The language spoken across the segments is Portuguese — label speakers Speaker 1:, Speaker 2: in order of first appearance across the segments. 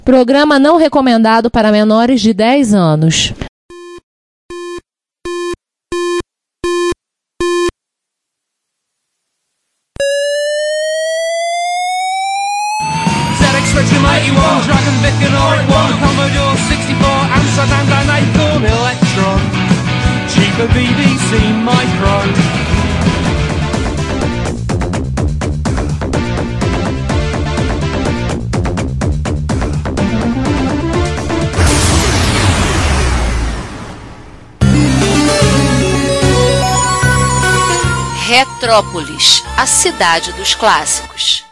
Speaker 1: Programa não recomendado para menores de 10 anos.
Speaker 2: Dragon Vic and Oric 1, Commodore 64, Amsterdam and Acorn Electron, cheaper BBC Micro.
Speaker 3: Retrópolis, a cidade dos clássicos.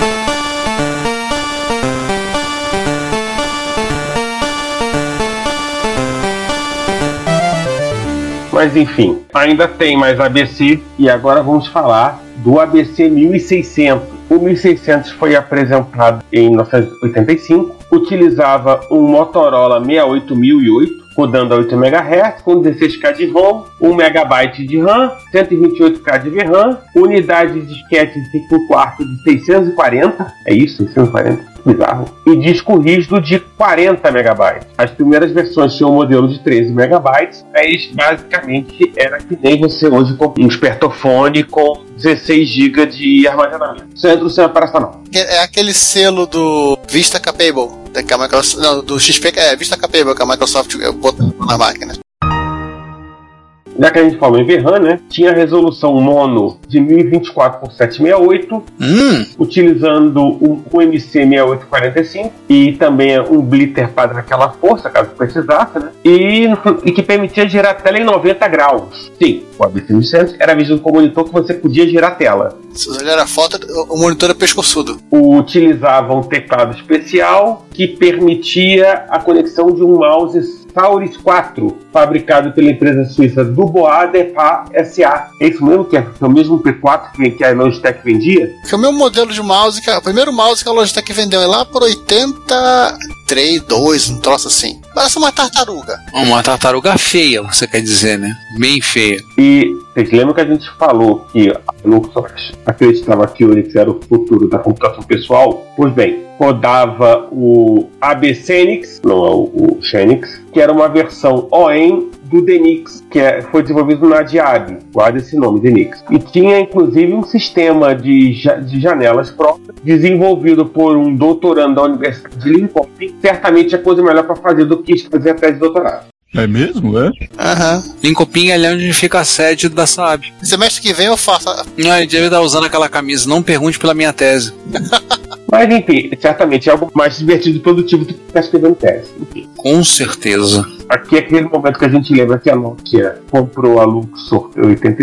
Speaker 4: Mas enfim, ainda tem mais ABC e agora vamos falar do ABC 1600. O 1600 foi apresentado em 1985, utilizava um Motorola 68008, rodando a 8 MHz, com 16K de ROM, 1 MB de RAM, 128K de VRAM, unidade de disquete de 5/4 de 640, é isso? 640? Bizarro. E disco rígido de 40 MB. As primeiras versões tinham um modelo de 13 MB, mas basicamente era que nem você hoje com um espertofone com 16 GB de armazenamento. Centro sem operacional.
Speaker 5: É aquele selo do Vista Capable, que a Microsoft, não, do XP, Vista Capable, que a Microsoft botou na máquina.
Speaker 4: Já que a gente falou em VRAM, né? Tinha resolução mono de 1024 por 768, utilizando o MC6845 e também um blitter para dar aquela força, caso precisasse, né? E que permitia girar a tela em 90 graus. Sim, o ABC 1600 era visto como monitor que você podia girar a tela.
Speaker 5: Se você olhar a foto, o monitor é pescoçudo.
Speaker 4: Utilizava um teclado especial que permitia a conexão de um mouse Sauris 4, fabricado pela empresa suíça Dubois Depa SA. É isso mesmo? Que é o mesmo P4 que a Logitech vendia?
Speaker 5: Que é o meu modelo de mouse, o primeiro mouse que a Logitech vendeu é lá por 83,2, um troço assim. Parece uma tartaruga.
Speaker 6: Uma tartaruga feia, você quer dizer, né? Bem feia.
Speaker 4: E vocês lembram que a gente falou que a Luxor acreditava que o Unix era o futuro da computação pessoal? Pois bem, rodava o AB Xenix, não é o Xenix, que era uma versão OEM do DNX, que foi desenvolvido na Diab, guarda esse nome, DNX. E tinha inclusive um sistema de janelas próprias, desenvolvido por um doutorando da Universidade de Lincoln. Certamente é coisa melhor para fazer do que fazer a tese de doutorado.
Speaker 7: É mesmo, é?
Speaker 5: Aham.
Speaker 6: Lincoln é onde fica a sede da Saab.
Speaker 5: Semestre que vem eu faço.
Speaker 6: Não, ele deve estar usando aquela camisa. Não pergunte pela minha tese.
Speaker 4: Mas enfim, certamente é algo mais divertido e produtivo do que ficar escrevendo tese. Enfim.
Speaker 6: Com certeza.
Speaker 4: Aqui é aquele momento que a gente lembra que a Nokia comprou a Luxor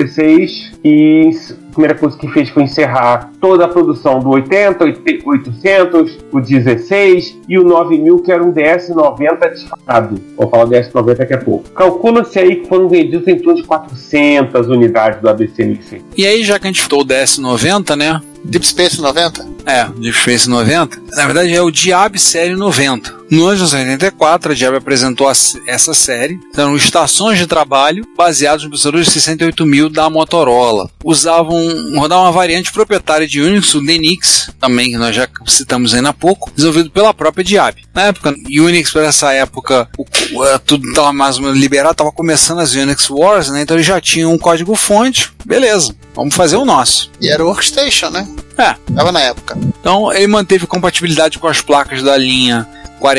Speaker 4: 86 e a primeira coisa que fez foi encerrar toda a produção do 80, 800, o 16 e o 9000, que era um DS90 disparado. Vou falar do DS90 daqui a pouco. Calcula-se aí que foram vendidos em torno de 400 unidades do ABC 1600.
Speaker 6: E aí, já que a gente falou o DS90, né?
Speaker 5: Deep Space 90?
Speaker 6: É, Deep Space 90. Na verdade é o Diab Série 90. No ano de 1984, a Diab apresentou essa série. Eram estações de trabalho baseadas no processador de 68000 da Motorola. Rodavam uma variante proprietária de Unix, o DNX, também, que nós já citamos ainda há pouco, desenvolvido pela própria Diab. Na época, Unix, para essa época, tudo estava mais ou menos liberado, estava começando as Unix Wars, né? Então eles já tinham um código-fonte. Beleza, vamos fazer o nosso.
Speaker 5: E era o Workstation, né?
Speaker 6: É.
Speaker 5: Tava na época.
Speaker 6: Então ele manteve compatibilidade com as placas da linha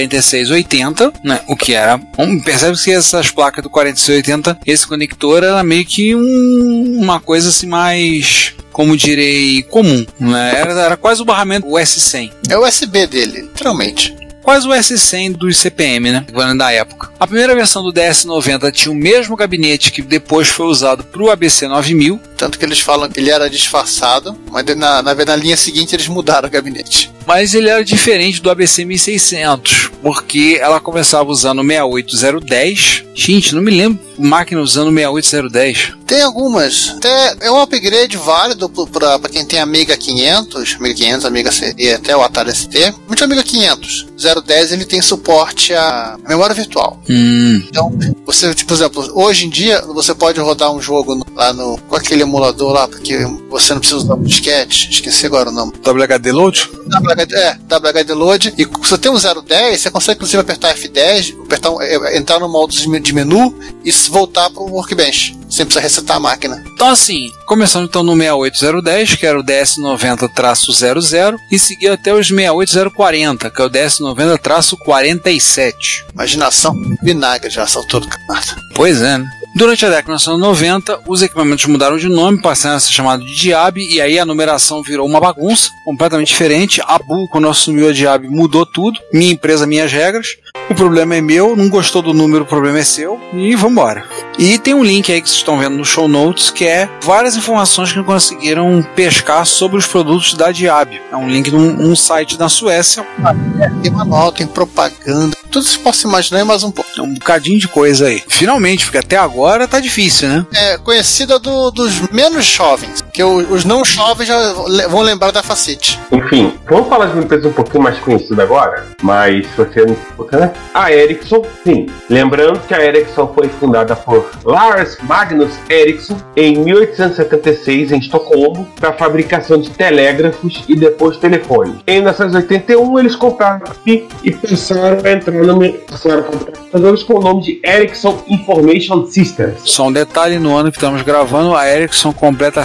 Speaker 6: 4680, né? O que era. Percebe que essas placas do 4680, esse conector era meio que uma coisa assim mais, como direi, comum, né? Era quase o barramento US100.
Speaker 5: É o USB dele, literalmente.
Speaker 6: Quase o S100 dos CPM, né? Da época. A primeira versão do DS90 tinha o mesmo gabinete que depois foi usado para o ABC 9000.
Speaker 5: Tanto que eles falam que ele era disfarçado, mas na linha seguinte eles mudaram o gabinete.
Speaker 6: Mas ele era diferente do ABC 1600, porque ela começava usando o 68010. Gente, não me lembro máquina usando o 68010.
Speaker 5: Tem algumas. Até é um upgrade válido para quem tem Amiga 500, Amiga C e até o Atari ST. Muito Amiga 500. 010 ele tem suporte à memória virtual. Então, você, por exemplo, hoje em dia você pode rodar um jogo com aquele emulador lá, porque você não precisa usar o disquete, esqueci agora o nome.
Speaker 6: WHD Load?
Speaker 5: WHD Load. E se você tem um 010, você consegue inclusive apertar F10, entrar no modo de menu e voltar pro Workbench, sem precisar resetar a máquina.
Speaker 6: Então assim, começando então no 68010, que era o DS90-00, e seguiu até os 68040, que é o DS90-47.
Speaker 5: Imaginação, vinagre já essa altura do campeonato.
Speaker 6: Pois é, né? Durante a década de 1990, os equipamentos mudaram de nome, passaram a ser chamados de Diab, e aí a numeração virou uma bagunça, completamente diferente. A Bull, quando assumiu a Diab, mudou tudo. Minha empresa, minhas regras. O problema é meu, não gostou do número, o problema é seu, e vambora. E tem um link aí que vocês estão vendo no show notes, que é várias informações que conseguiram pescar sobre os produtos da Diab. É um link de um site da Suécia.
Speaker 5: Tem manual, tem propaganda, tudo isso posso imaginar e mais um pouco.
Speaker 6: É um bocadinho de coisa aí. Finalmente, porque até agora tá difícil, né?
Speaker 5: É conhecida dos menos jovens, que os não jovens já vão lembrar da Facite.
Speaker 4: Enfim, vamos falar de uma empresa um pouquinho mais conhecida agora, mas se você não... né? A Ericsson, sim. Lembrando que a Ericsson foi fundada por Lars Magnus Ericsson em 1876 em Estocolmo para a fabricação de telégrafos e depois telefones. Em 1981 eles compraram e passaram a entrar passaram a computadores com o nome de Ericsson Information Systems.
Speaker 6: Só um detalhe, no ano que estamos gravando, a Ericsson completa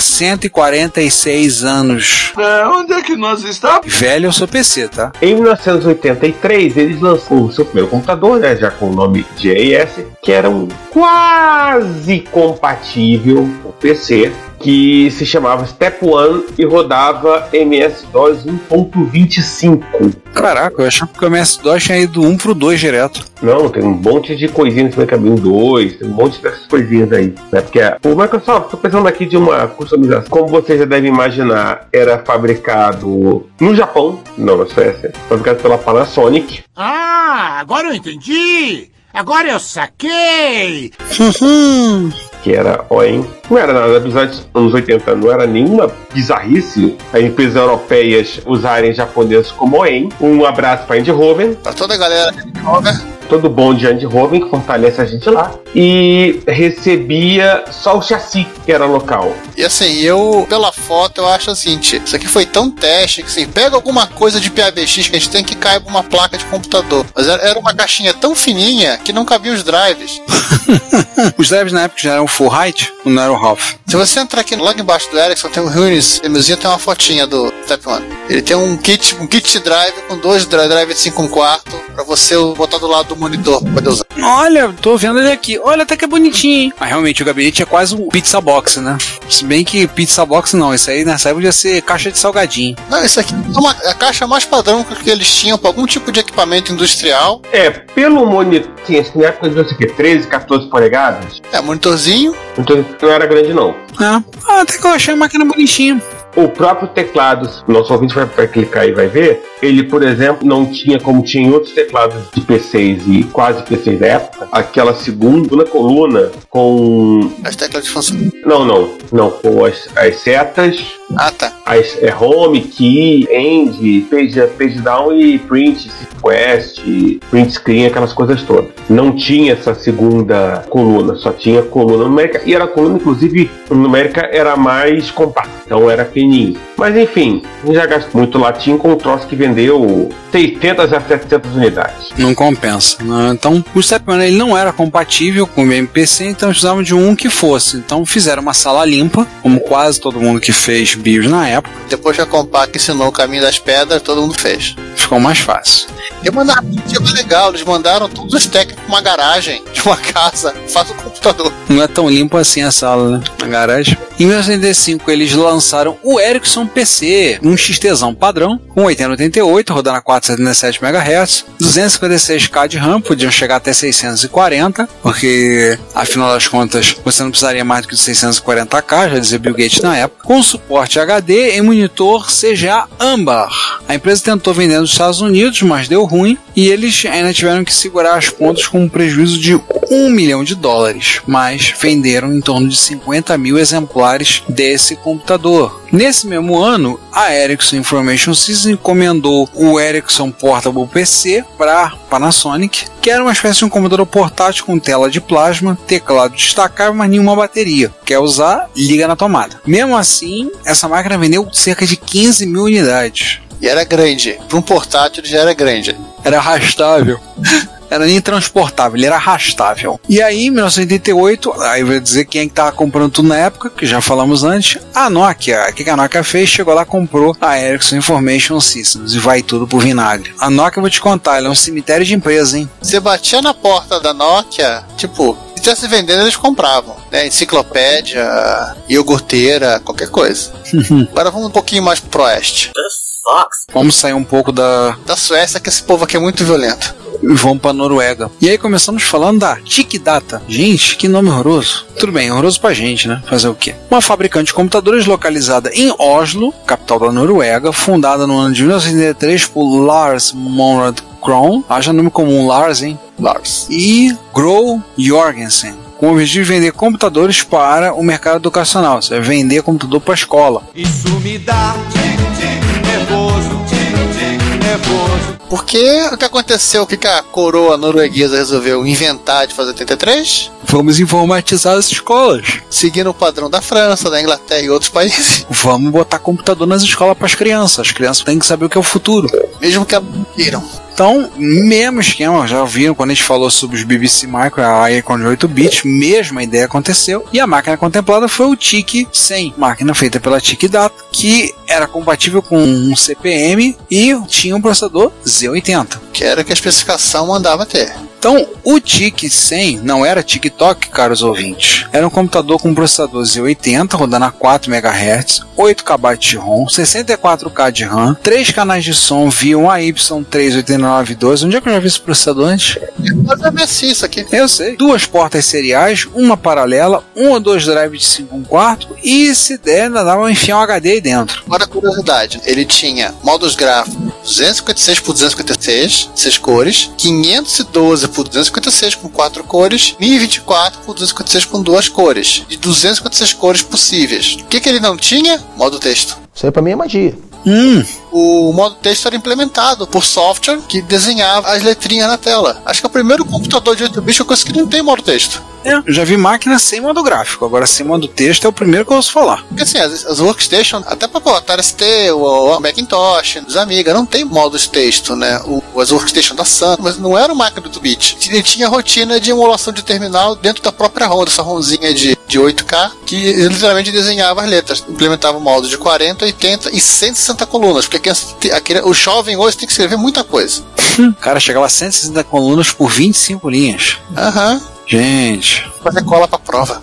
Speaker 6: 146 anos.
Speaker 2: Onde é que nós estamos?
Speaker 6: Velho é o seu PC, tá?
Speaker 4: Em 1983 eles lançaram o seu primeiro computador, né, já com o nome de AES, que era um quase compatível com o PC, que se chamava Step One e rodava MS-DOS 1.25.
Speaker 6: Caraca, eu achava que o MS-DOS tinha ido do 1 pro 2 direto.
Speaker 4: Não, tem um monte de coisinhas que vai caber em 2, tem um monte dessas coisinhas aí, né? Porque o Microsoft, estou pensando aqui de uma customização, como você já deve imaginar, era fabricado no Japão, não na Suécia, fabricado pela Panasonic.
Speaker 7: Ah, agora eu entendi! Agora eu saquei!
Speaker 4: Que era OEM. Não era nada, apesar dos anos 80, não era nenhuma bizarrice as empresas europeias usarem japoneses como OEM. Um abraço para Eindhoven.
Speaker 5: Pra toda a galera de Eindhoven.
Speaker 4: Todo bom de Eindhoven, que fortalece a gente lá. E recebia só o chassi, que era local.
Speaker 5: E assim, pela foto, eu acho o seguinte: isso aqui foi tão teste que assim, pega alguma coisa de PABX que a gente tem que cair uma placa de computador. Mas era uma caixinha tão fininha que não cabia os drives.
Speaker 6: Os drives na época já eram full height ou não eram half?
Speaker 5: Se você entrar aqui logo embaixo do Ericsson, tem um Runes, tem uma fotinha do Step One. Ele tem um kit de drive com 2 drives de 5/4 pra você botar do lado do monitor pra poder usar.
Speaker 6: Olha, tô vendo ele aqui. Olha, até que é bonitinho, hein? Mas realmente o gabinete é quase um pizza box, né? Se bem que pizza box não, isso aí nessa época ia ser caixa de salgadinho.
Speaker 5: Não, isso aqui é a caixa mais padrão que eles tinham pra algum tipo de equipamento industrial.
Speaker 4: Pelo monitor, assim, na época de 13, 14 polegadas.
Speaker 5: Monitorzinho.
Speaker 4: Então não era grande não.
Speaker 6: Até que eu achei a máquina bonitinha.
Speaker 4: O próprio teclado, nosso ouvinte vai clicar e vai ver, ele, por exemplo, não tinha, como tinha em outros teclados de PCs e quase PCs da época, aquela segunda coluna com...
Speaker 5: As teclas de função.
Speaker 4: Não, com as setas.
Speaker 5: Ah, tá.
Speaker 4: Home, Key, End, page down e print, request, print screen, aquelas coisas todas. Não tinha essa segunda coluna, só tinha coluna numérica, e era a coluna, inclusive, numérica era mais compacta, então era pequenininho. Mas enfim, já gastou muito latim com um troço que vendeu 600 a 700 unidades.
Speaker 6: Não compensa. Então, o Step One ele não era compatível com o MPC, então precisavam de um que fosse. Então fizeram uma sala limpa, como quase todo mundo que fez BIOS na época.
Speaker 5: Depois que a Compaq ensinou o caminho das pedras, todo mundo fez.
Speaker 6: Ficou mais fácil.
Speaker 5: E mandaram legal, eles mandaram todos os técnicos pra uma garagem de uma casa, faz o computador.
Speaker 6: Não é tão limpo assim a sala, né? Na garagem. Em 1985 eles lançaram o Ericsson PC, um XTzão padrão, com 8088, rodando a 477 MHz, 256K de RAM, podiam chegar até 640, porque afinal das contas você não precisaria mais do que 640K, já dizia Bill Gates na época, com suporte HD em monitor CGA Ambar. A empresa tentou vender nos Estados Unidos, mas deu ruim e eles ainda tiveram que segurar as pontas com um prejuízo de $1 milhão, mas venderam em torno de 50 mil exemplares desse computador. Nesse mesmo ano, a Ericsson Information Systems encomendou o Ericsson Portable PC para Panasonic, que era uma espécie de um computador portátil com tela de plasma, teclado destacável, mas nenhuma bateria. Quer usar? Liga na tomada. Mesmo assim, essa máquina vendeu cerca de 15 mil unidades.
Speaker 5: E era grande. Para um portátil já era grande.
Speaker 6: Era arrastável. Era nem transportável, ele era arrastável. E aí, em 1988, aí eu vou dizer quem é que estava comprando tudo na época, que já falamos antes, a Nokia. O que a Nokia fez? Chegou lá e comprou a Ericsson Information Systems e vai tudo pro vinagre. A Nokia, eu vou te contar, ela é um cemitério de empresa, hein?
Speaker 5: Você batia na porta da Nokia, tipo, se estivesse vendendo, eles compravam, né? Enciclopédia, iogurteira, qualquer coisa. Agora vamos um pouquinho mais pro oeste.
Speaker 6: Vamos sair um pouco da
Speaker 5: Suécia, que esse povo aqui é muito violento.
Speaker 6: E vamos pra Noruega. E aí começamos falando da Tiki-Data. Gente, que nome horroroso. Tudo bem, horroroso pra gente, né? Fazer o quê? Uma fabricante de computadores localizada em Oslo, capital da Noruega, fundada no ano de 1983 por Lars Monrad Krohn. Haja nome comum, Lars, hein? Lars. E Gro Jorgensen, com o objetivo de vender computadores para o mercado educacional. Você vai vender computador para a escola.
Speaker 2: Isso me dá nervoso, nervoso.
Speaker 5: Porque o que aconteceu? O que a coroa norueguesa resolveu inventar de fazer 83?
Speaker 6: Vamos informatizar as escolas.
Speaker 5: Seguindo o padrão da França, da Inglaterra e outros países.
Speaker 6: Vamos botar computador nas escolas para as crianças. As crianças têm que saber o que é o futuro.
Speaker 5: Mesmo que queiram.
Speaker 6: Então, mesmo esquema, já viram quando a gente falou sobre os BBC Micro, a Icon de 8 bits, mesma ideia aconteceu, e a máquina contemplada foi o TIC-100, máquina feita pela Tiki-Data, que era compatível com um CP/M e tinha um processador Z80.
Speaker 5: Que era o que a especificação mandava ter.
Speaker 6: Então, o TIC-100 não era TikTok, caros ouvintes. Era um computador com processador Z80, rodando a 4 MHz, 8 KB de ROM, 64K de RAM, 3 canais de som via um AY3892. Onde é que eu já vi esse processador antes?
Speaker 5: Mas é assim isso aqui.
Speaker 6: Eu sei. 2 portas seriais, uma paralela, 1 ou 2 drives de 5/4 e, se der, ainda dava enfiar um HD aí dentro.
Speaker 5: Agora, curiosidade, ele tinha modos gráficos 256 por 256, 6 cores, 512 por 256 com 4 cores, 1024 por 256 com 2 cores, de 256 cores possíveis. O que ele não tinha? Modo texto.
Speaker 8: Isso aí pra mim é magia.
Speaker 5: O modo texto era implementado por software que desenhava as letrinhas na tela. Acho que é o primeiro computador de 8 bits que eu conheço que não tem modo texto.
Speaker 6: Eu já vi máquina sem modo gráfico, agora sem modo texto é o primeiro que eu ouço falar.
Speaker 5: Porque assim, as workstation, até para o Atari ST, o Macintosh, os Amiga, não tem modos texto, né? As workstation da Sun, mas não era uma máquina de 8-bit. Ele tinha rotina de emulação de terminal dentro da própria ROM, dessa ROMzinha de 8K, que literalmente desenhava as letras. Implementava o modo de 40, 80 e 160 colunas, porque o jovem hoje tem que escrever muita coisa.
Speaker 6: Cara, chegava a 160 colunas por 25 linhas.
Speaker 5: Aham.
Speaker 6: Gente.
Speaker 5: Fazer cola pra prova.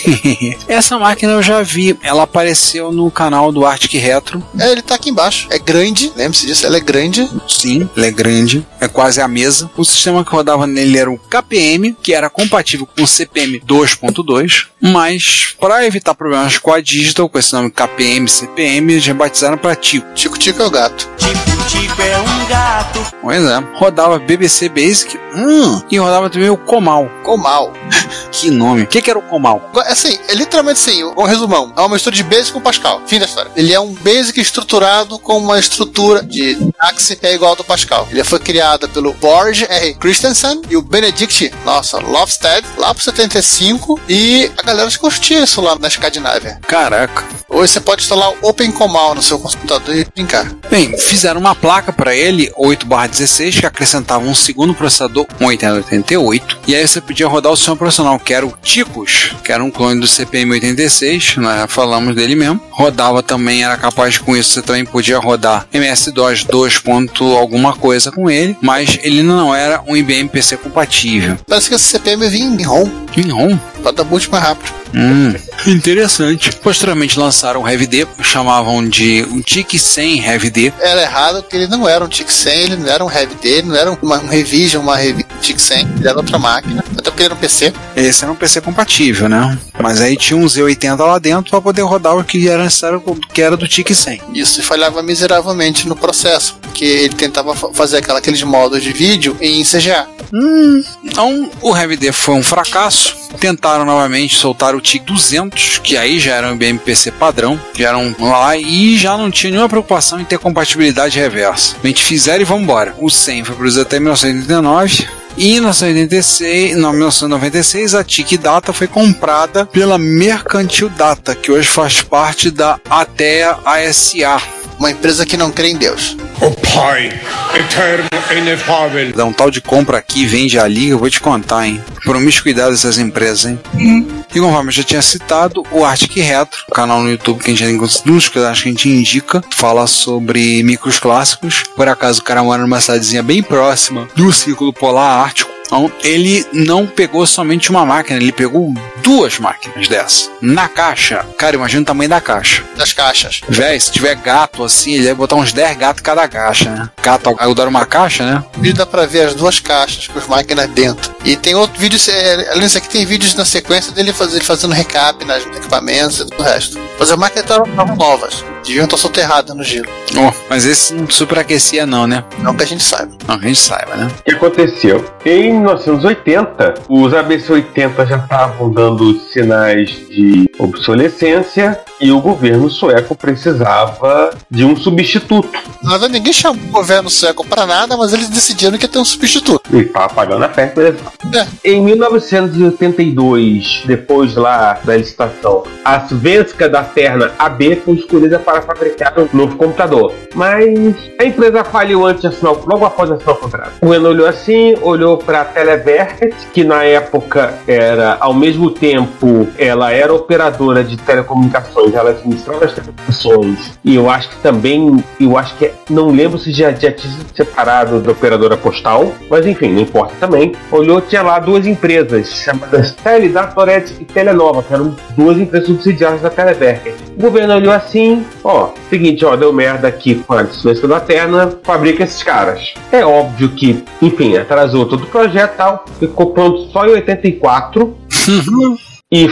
Speaker 6: Essa máquina eu já vi. Ela apareceu no canal do Arctic Retro.
Speaker 5: Ele tá aqui embaixo. É grande, lembre-se disso, ela é grande.
Speaker 6: Sim, ela é grande. É quase a mesa. O sistema que rodava nele era o KPM, que era compatível com o CP/M 2.2. Mas, para evitar problemas com a Digital, com esse nome KPM, CP/M, eles rebatizaram para Tico.
Speaker 5: Tico-Tico é o gato.
Speaker 2: Tico é um gato.
Speaker 6: Pois é. Rodava BBC Basic e rodava também o Comal.
Speaker 5: Comal.
Speaker 6: Que nome. O que era o Comal?
Speaker 5: Assim, é literalmente assim, um resumão. É uma mistura de Basic com Pascal. Fim da história. Ele é um Basic estruturado com uma estrutura de Axie que é igual ao do Pascal. Ele foi criado pelo Borge R. Christensen e o Benedict, Lofstad, lá pro 75, e a galera curtia isso lá na Escandinávia.
Speaker 6: Caraca.
Speaker 5: Hoje você pode instalar o OpenComal no seu computador e brincar.
Speaker 6: Bem, fizeram uma placa para ele, 8/16, que acrescentava um segundo processador, um 8088, e aí você podia rodar o sistema operacional, que era o Ticos, que era um clone do CP/M 86, nós já falamos dele mesmo. Rodava também, era capaz com isso, você também podia rodar MS-DOS 2. Alguma coisa com ele, mas ele não era um IBM PC compatível.
Speaker 5: Parece que esse CP/M vinha em ROM.
Speaker 6: Em ROM?
Speaker 5: Pode dar boot mais rápido.
Speaker 6: Interessante. Posteriormente lançaram o HeavyD, chamavam de um TIC-100 HeavyD.
Speaker 5: Era errado porque ele não era um TIC-100, ele não era um HeavyD, ele não era um Revision, uma TIC 100, ele era outra máquina, até porque ele era um PC.
Speaker 6: Esse era um PC compatível, né? Mas aí tinha um Z80 lá dentro para poder rodar o que era necessário, que era do TIC 100.
Speaker 5: Isso, e falhava miseravelmente no processo, porque ele tentava fazer aqueles modos de vídeo em CGA.
Speaker 6: Então, o Heavy D foi um fracasso. Tentaram novamente soltar o TIC 200, que aí já era um IBM PC padrão, já eram lá e já não tinha nenhuma preocupação em ter compatibilidade reversa. A gente fizeram e vamos embora. O 100 foi produzido até 1989. E em 1996, a TIC Data foi comprada pela Mercantil Data, que hoje faz parte da Atea ASA.
Speaker 5: Uma empresa que não crê em Deus.
Speaker 7: O Pai eterno e inefável.
Speaker 6: Dá um tal de compra aqui, vende ali, eu vou te contar, hein? Promiscuidade dessas empresas, hein? E conforme eu já tinha citado, o Arctic Retro, canal no YouTube que a gente já tem alguns que acho que a gente indica, fala sobre micros clássicos. Por acaso o cara mora numa cidadezinha bem próxima do Círculo Polar Ártico. Então, ele não pegou somente uma máquina, ele pegou 2 máquinas dessa. Na caixa. Cara, imagina o tamanho da caixa.
Speaker 5: Das caixas.
Speaker 6: Véi, se tiver gato assim, ele deve botar uns 10 gatos em cada caixa, né? Gato ajudaram uma caixa, né?
Speaker 5: No vídeo dá pra ver as 2 caixas com as máquinas dentro. E tem outro vídeo, além disso aqui, tem vídeos na sequência dele fazendo recap nos equipamentos e tudo o resto. Mas as máquinas estavam novas. Deviam estar soterradas no gelo.
Speaker 6: Mas esse não superaquecia não, né?
Speaker 5: Não que a gente saiba.
Speaker 6: Não que a gente saiba, né?
Speaker 4: O que aconteceu? Em 1980, os ABC-80 já estavam dando sinais de obsolescência e o governo sueco precisava de um substituto.
Speaker 5: Na verdade, ninguém chamou o governo sueco para nada, mas eles decidiram que ia ter um substituto.
Speaker 4: E estava pagando a festa, beleza? Em 1982, depois lá da licitação, a Svenska da Terna AB foi escolhida para fabricar um novo computador. Mas a empresa faliu antes de assinar, logo após assinar o contrato. O Governo olhou assim, olhou para a Televerket, que na época era, ao mesmo tempo, ela era operadora de telecomunicações, ela administrava as telecomunicações, e eu acho que também, não lembro se já tinha sido separado da operadora postal, mas enfim, não importa também. Olhou, tinha lá 2 empresas, chamadas Teledatoret e Telenova, que eram 2 empresas subsidiárias da Televerket. O governo olhou assim, seguinte, deu merda aqui com a Svenska da Terna, fabrica esses caras. É óbvio que, enfim, atrasou todo o projeto e tal, ficou pronto só em 84. E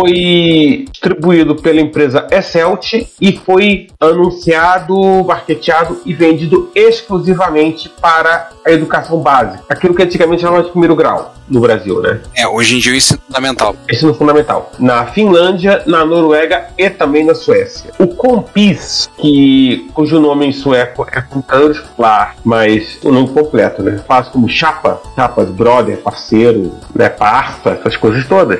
Speaker 4: foi distribuído pela empresa Esselt e foi anunciado, marketeado e vendido exclusivamente para a educação básica. Aquilo que antigamente chamava de primeiro grau no Brasil, né?
Speaker 6: Hoje em dia o ensino fundamental.
Speaker 4: Ensino fundamental. Na Finlândia, na Noruega e também na Suécia. O Compis, cujo nome em sueco é computador escolar, mas o nome completo, né? Faz como chapas, brother, parceiro, né? Parça, essas coisas todas.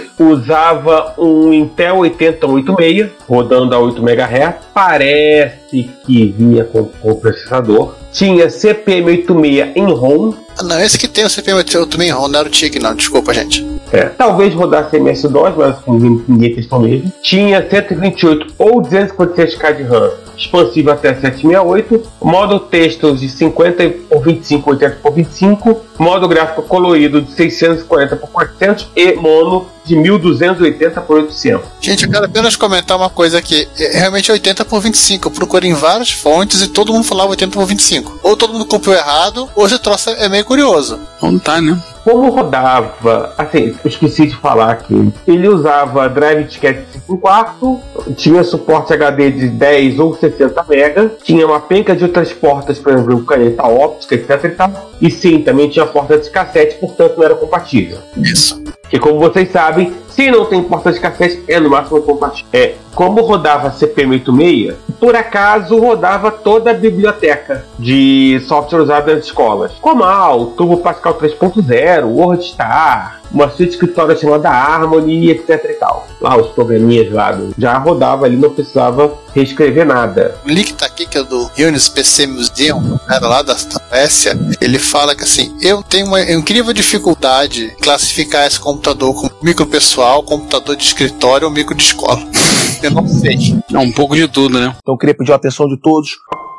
Speaker 4: Usava um Intel 8086, rodando a 8 MHz. Parece que vinha com processador. Tinha CPM86 em ROM.
Speaker 5: Não, esse que tem o CPM86 em ROM, não era o TIG, não, desculpa, gente.
Speaker 4: Talvez rodasse MS-DOS, mas ninguém testou mesmo. Tinha 128 ou 256K de RAM, expansível até 768, modo textos de 50 por 25, 80 por 25, modo gráfico colorido de 640 por 400 e mono de 1280 por 800.
Speaker 5: Gente, eu quero apenas comentar uma coisa aqui. Realmente é 80 por 25. Eu procurei em várias fontes e todo mundo falava 80 por 25. Ou todo mundo copiou errado, ou esse troço é meio curioso.
Speaker 6: Não tá, né?
Speaker 4: Como rodava, assim, eu esqueci de falar aqui, ele usava drive disquete 5/4, tinha suporte HD de 10 ou 60 MB, tinha uma penca de outras portas, por exemplo, caneta óptica, etc e tal, e sim, também tinha porta de cassete, portanto não era compatível.
Speaker 5: Isso.
Speaker 4: E como vocês sabem, se não tem porta de cassete, é no máximo compatível. Como rodava CPM86, por acaso rodava toda a biblioteca de software usado nas escolas. Comal, Turbo Pascal 3.0, WordStar, uma suíte de escritório chamada Harmony, etc e tal. Lá os programinhas lá já rodava ali, não precisava reescrever nada.
Speaker 5: O link tá aqui, que é do Unis PC Museum, era lá da Suécia. Ele fala que assim, eu tenho uma incrível dificuldade em classificar esse computador como micro pessoal, computador de escritório ou micro de escola. Eu não sei.
Speaker 6: Um pouco de tudo, né?
Speaker 8: Então eu queria pedir a atenção de todos.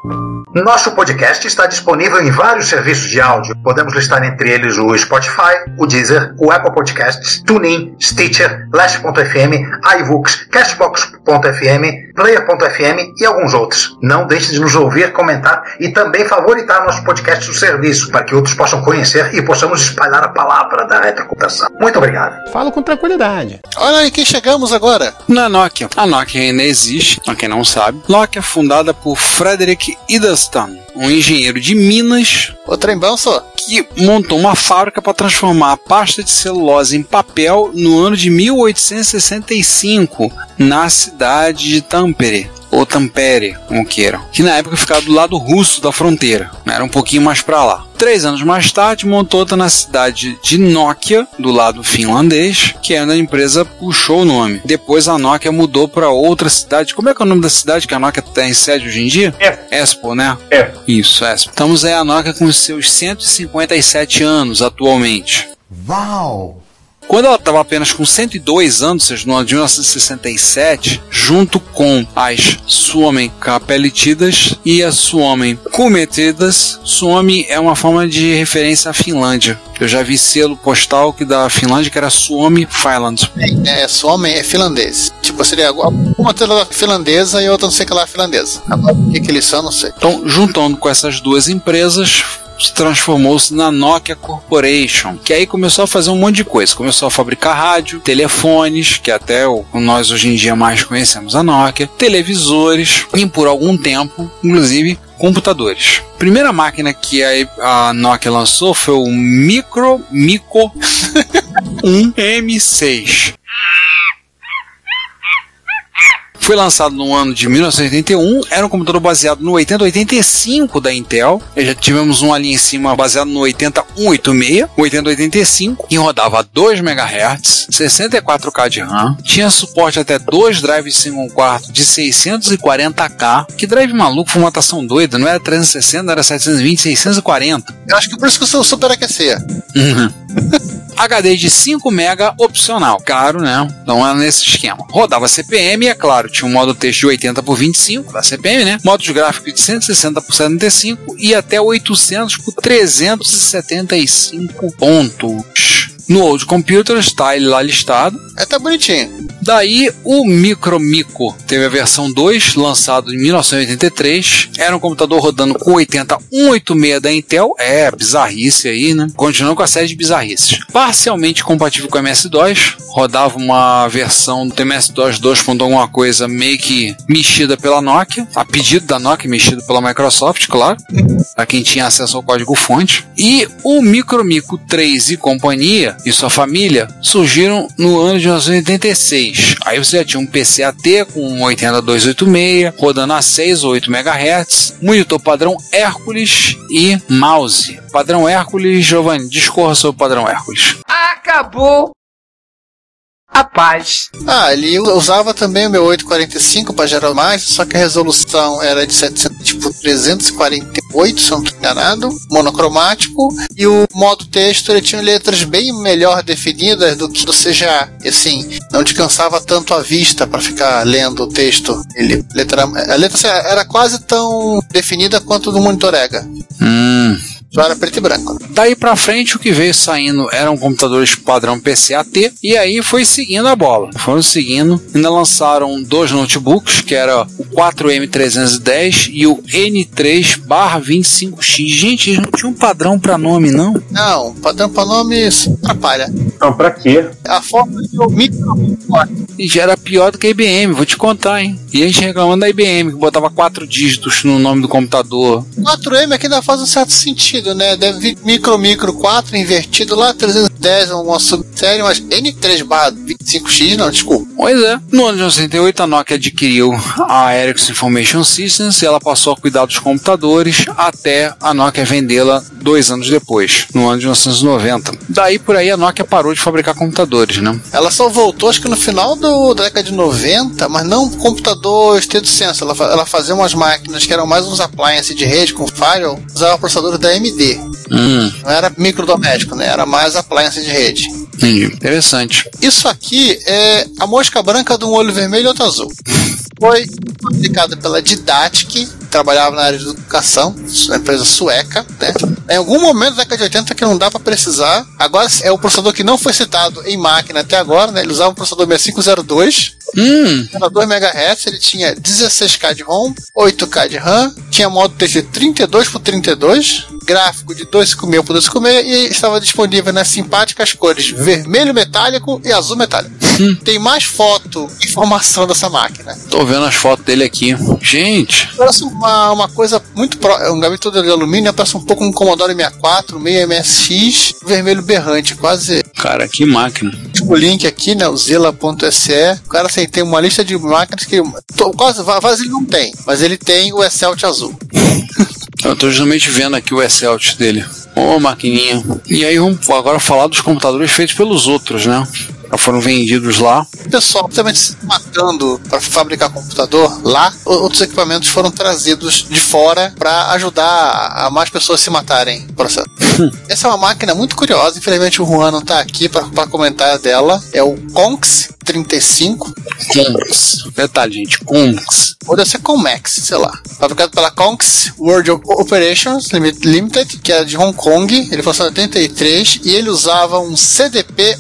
Speaker 8: Nosso podcast está disponível em vários serviços de áudio. Podemos listar entre eles o Spotify, o Deezer, o Apple Podcasts, TuneIn, Stitcher, Last.fm, iVoox, Castbox.fm, Player.fm e alguns outros. Não deixe de nos ouvir, comentar e também favoritar nosso podcast do serviço para que outros possam conhecer e possamos espalhar a palavra da retrocomputação. Muito obrigado.
Speaker 7: Falo com tranquilidade.
Speaker 5: Olha aí quem chegamos agora.
Speaker 6: Na Nokia. A Nokia ainda existe, pra quem não sabe. Nokia é fundada por Frederick Idelstam, um engenheiro de Minas,
Speaker 5: O trembão só.
Speaker 6: que montou uma fábrica para transformar a pasta de celulose em papel no ano de 1865 na cidade de Tampere, ou Tampere, como queiram, que na época ficava do lado russo da fronteira, era um pouquinho mais para lá. 3 anos mais tarde, montou outra na cidade de Nokia, do lado finlandês, que é onde a empresa puxou o nome. Depois a Nokia mudou para outra cidade. Como é que é o nome da cidade que a Nokia tem sede hoje em dia? Espoo, né? Isso, Espoo. Estamos aí a Nokia com seus 157 anos atualmente.
Speaker 7: Uau!
Speaker 6: Quando ela estava apenas com 102 anos, ou seja, no ano de 1967, junto com as Suomen Kapellitidas e as Suomen Kumetidas. Suomi é uma forma de referência à Finlândia. Eu já vi selo postal que da Finlândia que era Suomi Finland.
Speaker 5: Suomen é finlandês. Tipo, seria uma tela finlandesa e outra não sei o que lá finlandesa. Agora, o que eles são, não sei.
Speaker 6: Então, juntando com essas duas empresas, transformou-se na Nokia Corporation, que aí começou a fazer um monte de coisa. Começou a fabricar rádio, telefones, que até nós hoje em dia mais conhecemos a Nokia, televisores e por algum tempo, inclusive, computadores. A primeira máquina que a Nokia lançou foi o Micro 1 M6. Foi lançado no ano de 1981, era um computador baseado no 8085 da Intel. Já tivemos um ali em cima baseado no 80186, 8085, que rodava a 2 MHz, 64K de RAM, tinha suporte até 2 drives de 5 quarto de 640K. Que drive maluco, formatação doida, não era 360, não era 720, 640.
Speaker 5: Eu acho que por isso que eu sou superaquecer.
Speaker 6: HD de 5 MB opcional, caro, né? Então era nesse esquema. Rodava CPM e, é claro, tinha um modo texto de 80x25 da CPM, né? Modos gráficos de 160x75 e até 800x375 pontos. No Old Computer está ele lá listado.
Speaker 5: Tá bonitinho.
Speaker 6: Daí o Micromico teve a versão 2, lançado em 1983. Era um computador rodando com 80186 da Intel. Bizarrice aí, né? Continuando com a série de bizarrices. Parcialmente compatível com o MS-DOS. Rodava uma versão do MS-DOS 2. Alguma coisa meio que mexida pela Nokia. A pedido da Nokia, mexido pela Microsoft, claro. Para quem tinha acesso ao código-fonte. E o Micromico 3 e companhia e sua família surgiram no ano de 1986. Aí você já tinha um PCAT com 80286, rodando a 6 ou 8 MHz, monitor padrão Hércules e mouse. Padrão Hércules, Giovanni, discorra sobre o padrão Hércules.
Speaker 9: Acabou a paz.
Speaker 5: Ele usava também o meu 845 para gerar mais, só que a resolução era de 348, se eu não estou enganado, monocromático, e o modo texto ele tinha letras bem melhor definidas do que do CGA. E assim, não descansava tanto a vista para ficar lendo o texto. A letra era quase tão definida quanto do monitor EGA. Só era preto e branco.
Speaker 6: Daí pra frente o que veio saindo eram computadores padrão PCAT e aí foi seguindo a bola. Foram seguindo, ainda lançaram 2 notebooks, que era o 4M310 e o N3/25X. Gente, eles não tinham um padrão pra nome, não?
Speaker 5: Não, padrão pra nome atrapalha.
Speaker 4: Não, pra quê?
Speaker 5: A forma do micro.
Speaker 6: E já era pior do que a IBM, vou te contar, hein? E a gente reclamando da IBM, que botava 4 dígitos no nome do computador.
Speaker 5: 4M aqui ainda faz um certo sentido, né? Deve vir micro 4 invertido lá, 310 é uma subsérie, mas N3/25X não, desculpa.
Speaker 6: Pois é. No ano de 1968 a Nokia adquiriu a Ericsson Information Systems e ela passou a cuidar dos computadores até a Nokia vendê-la 2 anos depois, no ano de 1990. Daí por aí a Nokia parou de fabricar computadores, né?
Speaker 5: Ela só voltou acho que no final da década de 90, mas não computador estrito senso. Ela fazia umas máquinas que eram mais uns appliances de rede com firewall, usava processadores da AMD. Não era microdoméstico, né? Era mais appliance de rede.
Speaker 6: Entendi. Interessante.
Speaker 5: Isso aqui é a mosca branca de um olho vermelho e outro azul. Foi fabricada pela Didatic, trabalhava na área de educação, uma empresa sueca, né? Em algum momento da década de 80 que não dá para precisar. Agora é o processador que não foi citado em máquina até agora, né? Ele usava um processador 6502. Era 2 MHz, ele tinha 16K de ROM, 8K de RAM, tinha modo TX 32x32, gráfico de 256x256 e estava disponível nas simpáticas cores vermelho metálico e azul metálico. Tem mais foto e informação dessa máquina.
Speaker 6: Tô vendo as fotos dele aqui. Gente,
Speaker 5: parece uma coisa muito um gabinete todo de alumínio, parece um pouco um Commodore 64, meio MSX, vermelho berrante, quase.
Speaker 6: Cara, que máquina.
Speaker 5: O link aqui, né, o zilla.se. O cara assim, tem uma lista de máquinas que quase ele não tem, mas ele tem o Excelt azul.
Speaker 6: Eu tô justamente vendo aqui o Excelt dele. Ô, maquininha. E aí vamos agora falar dos computadores feitos pelos outros, né? Já foram vendidos lá.
Speaker 5: O pessoal também se matando para fabricar computador lá, outros equipamentos foram trazidos de fora para ajudar a mais pessoas se matarem no processo. Essa é uma máquina muito curiosa, infelizmente o Juan não tá aqui para comentar dela. É o Conx 35.
Speaker 6: Conx. Detalhe, gente, Conx.
Speaker 5: Ou deve ser Comex, sei lá. Fabricado pela Conx World Operations Limited, que é de Hong Kong. Ele foi lançado em 83 e ele usava um CDP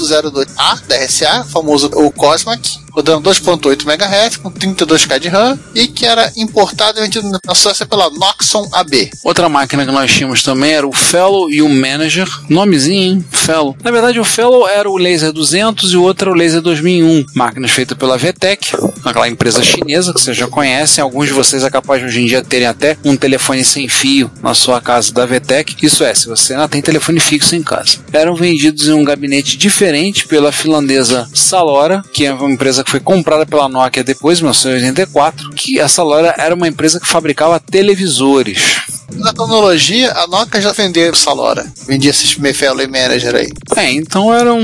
Speaker 5: 1802A da RCA, famoso o Cosmac, rodando 2.8 MHz com 32K de RAM e que era importado e vendido na Suécia pela Noxon AB.
Speaker 6: Outra máquina que nós tínhamos também era o Fellow e o Manager. Nomezinho, hein? Fellow. Na verdade, o Fellow era o Laser 200 e o outro era o Laser 2001. Máquinas feitas pela VTech, aquela empresa chinesa que vocês já conhecem. Alguns de vocês é capaz de hoje em dia terem até um telefone sem fio na sua casa da VTech. Isso é, se você ainda tem telefone fixo em casa. Eram vendidos em um gabinete diferente pela finlandesa Salora, que é uma empresa que foi comprada pela Nokia depois, em 1984, que a Salora era uma empresa que fabricava televisores.
Speaker 5: Na tecnologia, a Nokia já vendeu Salora. Vendia esses Fellow e Manager aí.
Speaker 6: Então era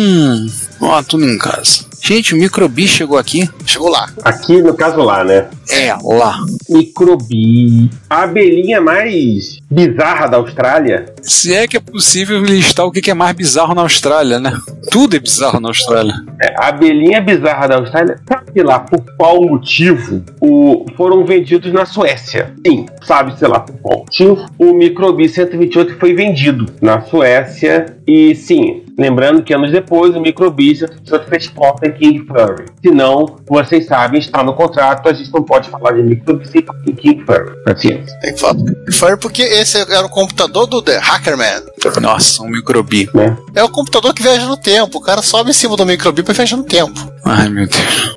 Speaker 6: tudo em casa. Gente, o Microbi chegou aqui.
Speaker 5: Chegou lá.
Speaker 4: Aqui, no caso lá, né?
Speaker 6: É, lá.
Speaker 4: Microbi. A abelhinha mais bizarra da Austrália.
Speaker 6: Se é que é possível listar o que é mais bizarro na Austrália, né? Tudo é bizarro na Austrália.
Speaker 4: A abelhinha bizarra da Austrália, sabe lá por qual motivo foram vendidos na Suécia? Sim, sabe-se lá por qual motivo. O Microbi 128 foi vendido na Suécia e sim, lembrando que anos depois o Microbi 128 fez porta em King Furry. Se não, vocês sabem, está no contrato, a gente não pode falar de Microbi sem falar de King Furry.
Speaker 5: Tem que falar do King Furry porque esse era o computador do The Hackerman.
Speaker 6: Nossa, um Microbi.
Speaker 5: É o computador que viaja no tempo. O cara sobe em cima do Microbi pra viajar no tempo.
Speaker 6: Ai, meu Deus.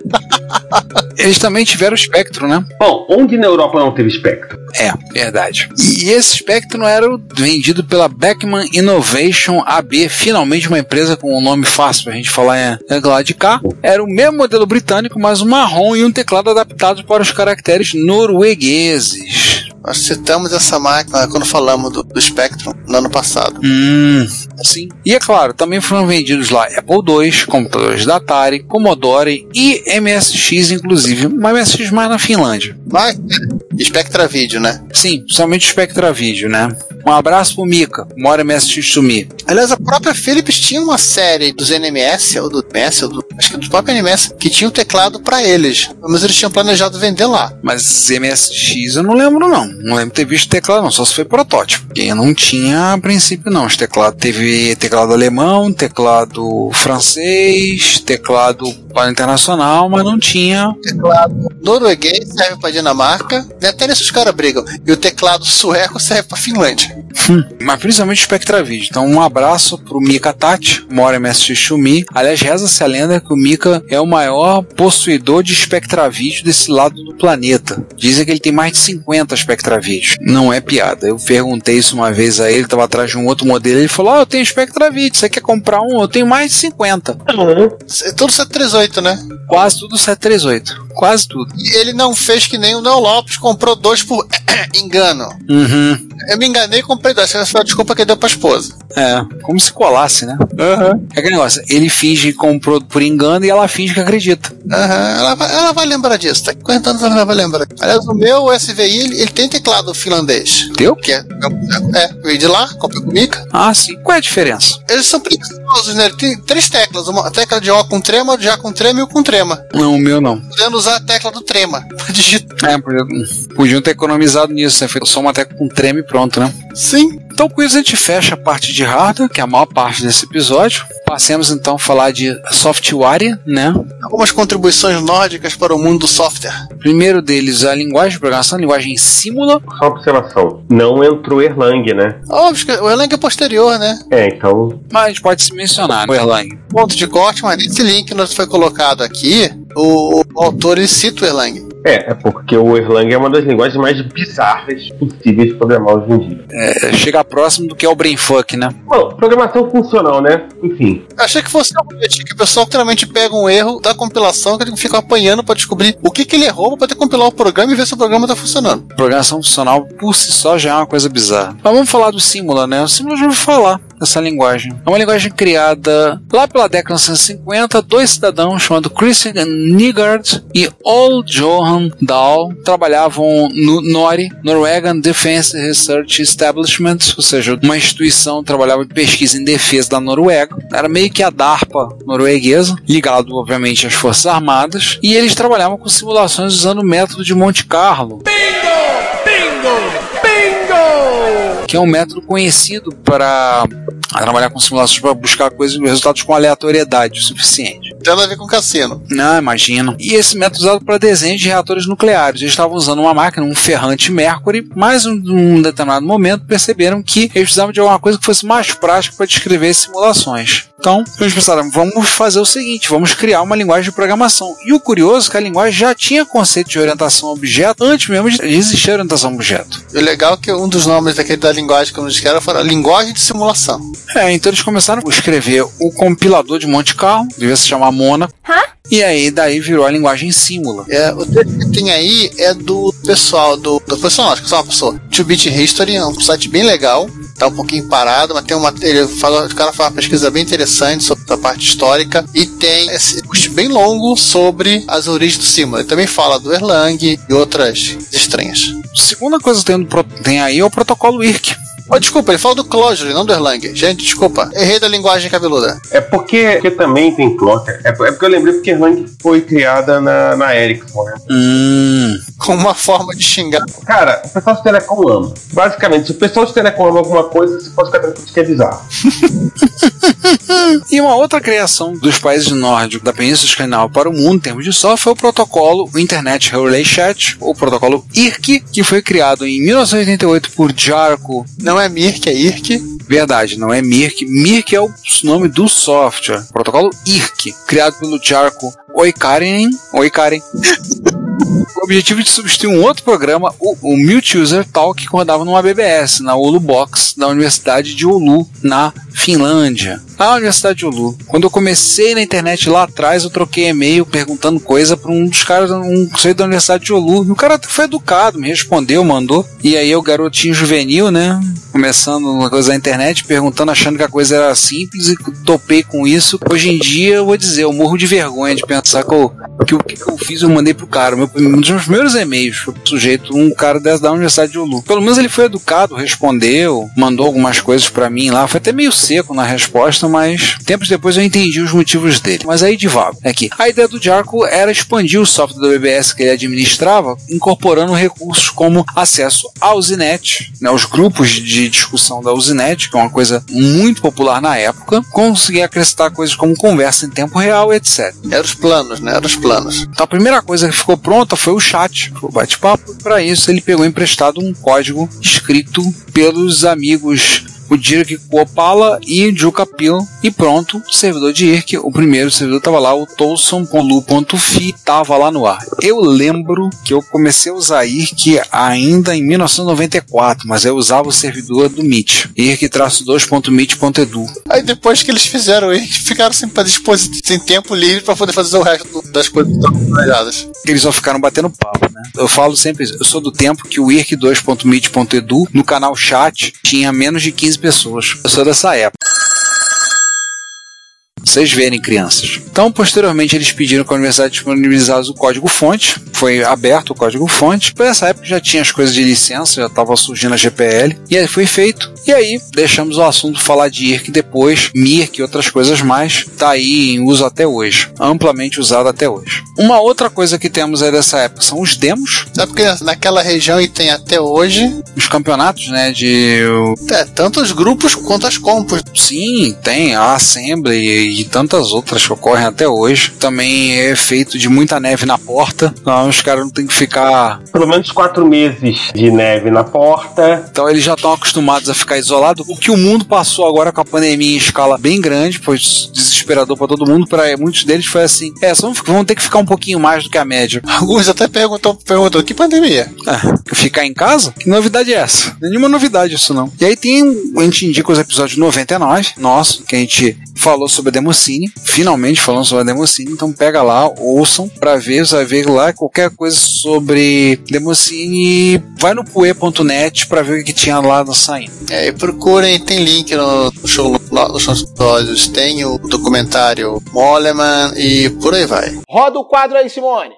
Speaker 6: Eles também tiveram o Spectrum, né?
Speaker 4: Bom, onde na Europa não teve Spectrum?
Speaker 6: É, verdade. E esse Spectrum era vendido pela Beckman Innovation AB, finalmente uma empresa com um nome fácil pra gente falar lá de cá. Era o mesmo modelo britânico, mas um marrom e um teclado adaptado para os caracteres noruegueses.
Speaker 5: Nós citamos essa máquina quando falamos do Spectrum no ano passado.
Speaker 6: Sim. E é claro, também foram vendidos lá Apple II, computadores da Atari, Commodore e MSX, inclusive. Uma MSX mais na Finlândia.
Speaker 5: Mas, Spectra Video, né?
Speaker 6: Sim, somente Spectra Video, né? Um abraço pro Mika, mora MSX Sumi.
Speaker 5: Aliás, a própria Philips tinha uma série dos NMS, ou do MS, acho que do próprio NMS, que tinha o teclado pra eles. Mas eles tinham planejado vender lá.
Speaker 6: Mas MSX eu não lembro, não. Não lembro de ter visto teclado, não. Só se foi protótipo. E não tinha a princípio, não. Os teclados teve teclado alemão, teclado francês, teclado para internacional, mas não tinha.
Speaker 5: Teclado norueguês serve pra Dinamarca. Até nisso os caras brigam. E o teclado sueco serve pra Finlândia.
Speaker 6: Mas principalmente o Spectra Video. Então um abraço pro Mika Tati, mora MSX Sumi. Aliás, reza-se a lenda que o Mika é o maior possuidor de Spectra Video desse lado do planeta. Dizem que ele tem mais de 50 Spectra Video. Não é piada. Eu perguntei isso uma vez a ele, tava atrás de um outro modelo, ele falou, eu tenho Spectra Video, você quer comprar um? Eu tenho mais de 50.
Speaker 5: É tudo 738, né?
Speaker 6: Quase tudo 738. Quase tudo.
Speaker 5: E ele não fez que nem o Neo Lopes, comprou 2 por engano.
Speaker 6: Uhum.
Speaker 5: Eu me enganei e comprei 2. Essa foi a desculpa que ele deu pra esposa.
Speaker 6: Como se colasse, né? É aquele negócio, ele finge que comprou por engano e ela finge que acredita.
Speaker 5: Ela vai lembrar disso, tá 50 anos ela vai lembrar. Aliás, o meu SVI, ele tem teclado finlandês.
Speaker 6: Teu?
Speaker 5: Que veio de lá, comprei com Mica.
Speaker 6: Ah, sim. Qual é a diferença?
Speaker 5: Eles são preguiçosos, né? Ele tem 3 teclas, uma tecla de O com trema, de A com trema e o com trema.
Speaker 6: Não, o meu não.
Speaker 5: Podendo usar a tecla do trema pra digitar.
Speaker 6: Podiam ter economizado nisso, né? Feito só uma tecla com trema e pronto, né?
Speaker 5: Sim.
Speaker 6: Então com isso a gente fecha a parte de hardware, que é a maior parte desse episódio. Passemos então a falar de software, né?
Speaker 5: Algumas contribuições nórdicas para o mundo do software.
Speaker 6: Primeiro deles, a linguagem de programação, a linguagem Simula.
Speaker 4: Só uma observação, não entrou Erlang, né?
Speaker 5: Óbvio que o Erlang é posterior, né?
Speaker 4: Então...
Speaker 6: Mas a gente pode se mencionar o Erlang.
Speaker 5: Ponto de corte, mas nesse link que foi colocado aqui, o autor ele cita o Erlang.
Speaker 4: É porque o Erlang é uma das linguagens mais bizarras possíveis de programar hoje em dia.
Speaker 6: Chega próximo do que é o brainfuck, né?
Speaker 4: Bom, programação funcional, né? Enfim.
Speaker 5: Achei que fosse algo que o pessoal literalmente pega um erro da compilação que ele fica apanhando pra descobrir o que ele errou pra poder compilar o programa e ver se o programa tá funcionando.
Speaker 6: Programação funcional por si só já é uma coisa bizarra. Mas vamos falar do Simula, né? O Simula já ouviu falar dessa linguagem. É uma linguagem criada lá pela década de 1950, 2 cidadãos chamados Christian Nygaard e Ole Johan Dahl trabalhavam no NORI, Norwegian Defense Research Establishment, ou seja, uma instituição que trabalhava de pesquisa em defesa da Noruega. Era meio que a DARPA norueguesa, ligado obviamente às Forças Armadas, e eles trabalhavam com simulações usando o método de Monte Carlo. Que é um método conhecido para trabalhar com simulações para buscar coisas e resultados com aleatoriedade o suficiente.
Speaker 5: Tem nada a ver com cassino.
Speaker 6: Não, imagina. E esse método usado para desenho de reatores nucleares. Eles estavam usando uma máquina, um Ferrante Mercury, mas em um determinado momento perceberam que eles precisavam de alguma coisa que fosse mais prática para descrever simulações. Então, eles pensaram, vamos fazer o seguinte, vamos criar uma linguagem de programação. E o curioso é que a linguagem já tinha conceito de orientação a objeto antes mesmo de existir a orientação a objeto.
Speaker 5: E o legal é que um dos nomes daquele da linguagem que eu não disse era a linguagem de simulação.
Speaker 6: Então eles começaram a escrever o compilador de Monte Carlo, devia se chamar Monaco. E aí daí virou a linguagem Simula.
Speaker 5: O texto que tem aí é do pessoal acho que é uma pessoa. 2-Bit History é um site bem legal. Tá um pouquinho parado, mas tem o cara faz uma pesquisa bem interessante sobre a parte histórica e tem esse post bem longo sobre as origens do Simula. Ele também fala do Erlang e outras estranhas.
Speaker 6: Segunda coisa que tem aí é o protocolo IRC.
Speaker 5: Desculpa, ele fala do Clojure, não do Erlang. Gente, desculpa, errei da linguagem cabeluda.
Speaker 4: É porque também tem Clojure. É porque eu lembrei porque Erlang foi criada na Ericsson, né?
Speaker 5: Com uma forma de xingar.
Speaker 4: Cara, o pessoal de Telecom ama. Basicamente, se o pessoal de Telecom ama alguma coisa, você pode ficar tranquilo que é bizarro.
Speaker 6: E uma outra criação dos países nórdicos da Península Escandinava para o mundo em termos de software foi o protocolo Internet Relay Chat, ou protocolo IRC, que foi criado em 1988 por Jarkko.
Speaker 5: Não é Mirk, é IRC.
Speaker 6: Verdade, não é Mirk. Mirk é o nome do software. Protocolo IRC, criado pelo Jarkko Oikkainen. O objetivo de substituir um outro programa, o Multi-User Talk, que rodava numa BBS, na Oulu Box, da Universidade de Oulu, na Finlândia. A Universidade de Oulu. Quando eu comecei na internet lá atrás, eu troquei e-mail perguntando coisa para um dos caras, um conselho da Universidade de Oulu. E o cara foi educado, me respondeu, mandou. E aí o garotinho juvenil, né, começando uma coisa na internet, perguntando, achando que a coisa era simples, e topei com isso. Hoje em dia, eu vou dizer, eu morro de vergonha de pensar que o que eu fiz, eu mandei pro cara. Um dos meus primeiros e-mails foi pro sujeito, um cara da Universidade de Oulu. Pelo menos ele foi educado, respondeu, mandou algumas coisas pra mim lá. Foi até meio seco na resposta, mas tempos depois eu entendi os motivos dele. Mas aí divago. Aqui. A ideia do Jarkko era expandir o software da BBS que ele administrava, incorporando recursos como acesso à Usenet, né, os grupos de discussão da Usenet, que é uma coisa muito popular na época, conseguir acrescentar coisas como conversa em tempo real, etc.
Speaker 5: Eram os planos, né? Eram os planos.
Speaker 6: Então a primeira coisa que ficou pronta foi o chat, o bate-papo. Para isso ele pegou emprestado um código escrito pelos amigos o Dirk Kuopala e Jukka Pil, e pronto, o servidor de IRC, o primeiro servidor estava lá, o Tolson.lu.fi, estava lá no ar. Eu lembro que eu comecei a usar IRC ainda em 1994, mas eu usava o servidor do Meet, IRC-2.meet.edu.
Speaker 5: Aí depois que eles fizeram o IRC, ficaram sem tempo livre para poder fazer o resto das coisas planejadas.
Speaker 6: Eles só ficaram batendo papo. né? Eu falo sempre isso. Eu sou do tempo que o irk2.meet.edu, no canal chat, tinha menos de 15 pessoas. Eu sou dessa época. Vocês verem, crianças. Então, posteriormente, eles pediram que a universidade disponibilizasse o código-fonte. Foi aberto o código-fonte. Por essa época já tinha as coisas de licença, já estava surgindo a GPL. E aí foi feito. E aí, deixamos o assunto falar de IRC depois. MIRC e outras coisas mais. Está aí em uso até hoje. Amplamente usado até hoje. Uma outra coisa que temos aí dessa época são os demos.
Speaker 5: Sabe porque naquela região e tem até hoje...
Speaker 6: Os campeonatos, né?
Speaker 5: Tanto os grupos quanto as compos.
Speaker 6: Sim, tem a Assembly e tantas outras que ocorrem até hoje. Também é feito de muita neve na porta. Então os caras não tem que ficar...
Speaker 4: Pelo menos 4 meses de neve na porta.
Speaker 6: Então eles já estão acostumados a ficar isolados. O que o mundo passou agora com a pandemia em escala bem grande, foi desesperador para todo mundo. Para muitos deles foi assim, vão ter que ficar um pouquinho mais do que a média.
Speaker 5: Alguns até perguntam, que pandemia?
Speaker 6: Ficar em casa? Que novidade é essa? Nenhuma novidade isso não. E aí a gente indica os episódios 99, nosso, que a gente falou sobre a Demoscene. Finalmente falamos sobre a Demoscene. Então pega lá, ouçam pra ver, você vai ver lá qualquer coisa sobre Demoscene. Vai no pue.net pra ver o que tinha lá no saindo.
Speaker 5: E procurem, tem link nos show episódios, tem o documentário Moleman e por aí vai.
Speaker 7: Roda o quadro aí, Simone.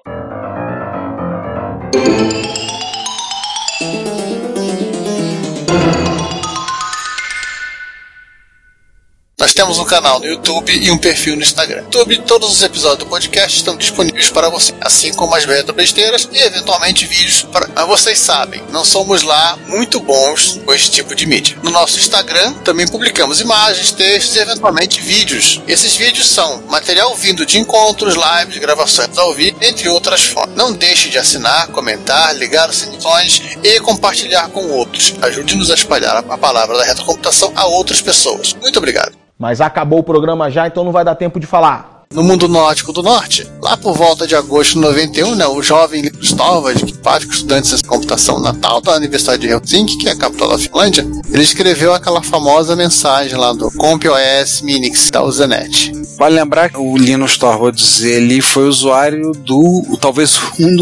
Speaker 5: Nós temos um canal no YouTube e um perfil no Instagram. No YouTube, todos os episódios do podcast estão disponíveis para você, assim como as retrobesteiras e eventualmente vídeos. Mas vocês sabem, não somos lá muito bons com esse tipo de mídia. No nosso Instagram também publicamos imagens, textos e eventualmente vídeos. Esses vídeos são material vindo de encontros, lives, gravações ao vivo, entre outras formas. Não deixe de assinar, comentar, ligar os sininhos e compartilhar com outros. Ajude-nos a espalhar a palavra da retrocomputação a outras pessoas. Muito obrigado.
Speaker 7: Mas acabou o programa já, então não vai dar tempo de falar.
Speaker 5: No mundo nórdico do norte, lá por volta de agosto de 91, o jovem Linus Torvalds, prático estudante de computação natal da Universidade de Helsinki, que é a capital da Finlândia, ele escreveu aquela famosa mensagem lá do CompOS Minix da Usenet.
Speaker 6: Vale lembrar que o Linus Torvalds, ele foi usuário talvez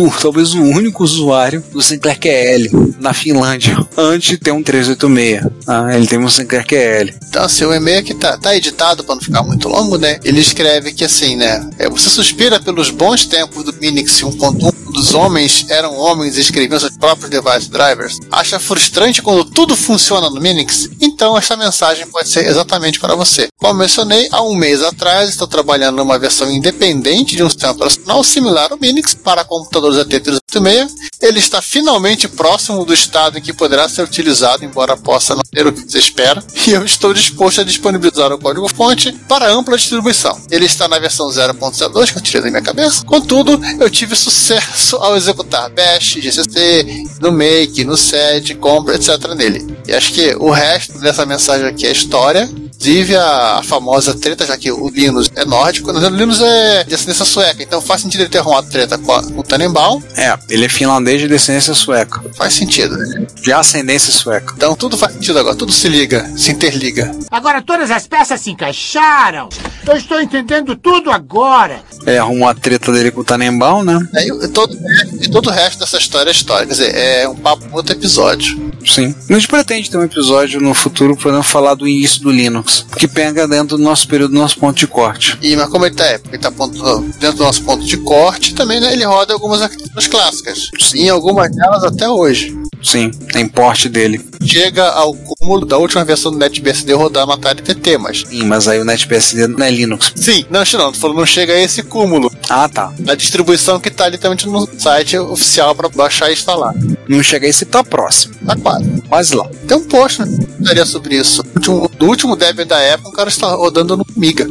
Speaker 6: o único usuário do Sinclair QL na Finlândia, antes de ter um 386. Ele tem um Sinclair QL.
Speaker 5: Então, assim, o e-mail aqui tá editado para não ficar muito longo, né? Ele escreve que assim, né? Você suspira pelos bons tempos do Minix 1.1, dos homens eram homens e escreviam seus próprios device drivers. Acha frustrante quando tudo funciona no Minix? Então essa mensagem pode ser exatamente para você. Como mencionei, há um mês atrás estou trabalhando numa versão independente de um sistema operacional similar ao Minix para computadores AT386. Ele está finalmente próximo do estado em que poderá ser utilizado, embora possa não ter o que você espera, e eu estou disposto a disponibilizar o código-fonte para ampla distribuição. Ele está na versão 0.02, que eu tirei da minha cabeça. Contudo, eu tive sucesso ao executar Bash, GCC, no Make, no Sed, Compra, etc. nele. E acho que o resto dessa mensagem aqui é história. Inclusive a famosa treta, já que o Linus é nórdico, o Linus é de ascendência sueca, então faz sentido ele ter arrumado treta com o Tannenbaum.
Speaker 6: Ele é finlandês de descendência sueca.
Speaker 5: Faz sentido, né?
Speaker 6: De ascendência sueca.
Speaker 5: Então tudo faz sentido agora, tudo se liga, se interliga.
Speaker 7: Agora todas as peças se encaixaram. Eu estou entendendo tudo agora.
Speaker 6: Arrumou a treta dele com o Tannenbaum, né?
Speaker 5: E todo o resto dessa história é história. Quer dizer, é um papo para outro episódio.
Speaker 6: Sim. A gente pretende ter um episódio no futuro para falar do início do Linux, que pega dentro do nosso período, do nosso ponto de corte.
Speaker 5: Mas como ele está dentro do nosso ponto de corte, também, né, ele roda algumas arquiteturas clássicas. Sim, algumas delas até hoje.
Speaker 6: Sim, tem porte dele.
Speaker 5: Chega ao cúmulo da última versão do NetBSD rodar uma TT, mas...
Speaker 6: Sim, mas aí o NetBSD não é Linux.
Speaker 5: Sim, não, tô falando, não chega a esse cúmulo.
Speaker 6: Ah, tá.
Speaker 5: A distribuição que tá ali também no site oficial para baixar e instalar.
Speaker 6: Não chega a esse, tá próximo.
Speaker 5: Tá quase.
Speaker 6: Quase lá.
Speaker 5: Tem um post, né? Daria sobre isso. Do último Debian da Apple, o cara está rodando no Amiga.